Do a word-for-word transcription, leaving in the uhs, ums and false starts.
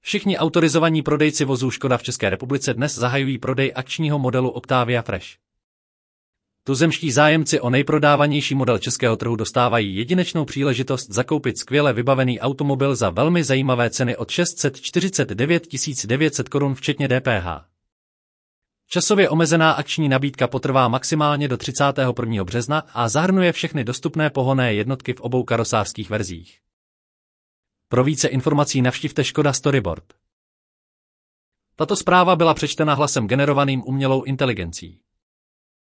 Všichni autorizovaní prodejci vozů Škoda v České republice dnes zahajují prodej akčního modelu Octavia Fresh. Tuzemští zájemci o nejprodávanější model českého trhu dostávají jedinečnou příležitost zakoupit skvěle vybavený automobil za velmi zajímavé ceny od šest set čtyřicet devět tisíc devět set korun včetně D P H. Časově omezená akční nabídka potrvá maximálně do třicátého prvního března a zahrnuje všechny dostupné pohonné jednotky v obou karosářských verzích. Pro více informací navštivte Škoda Storyboard. Tato zpráva byla přečtena hlasem generovaným umělou inteligencí.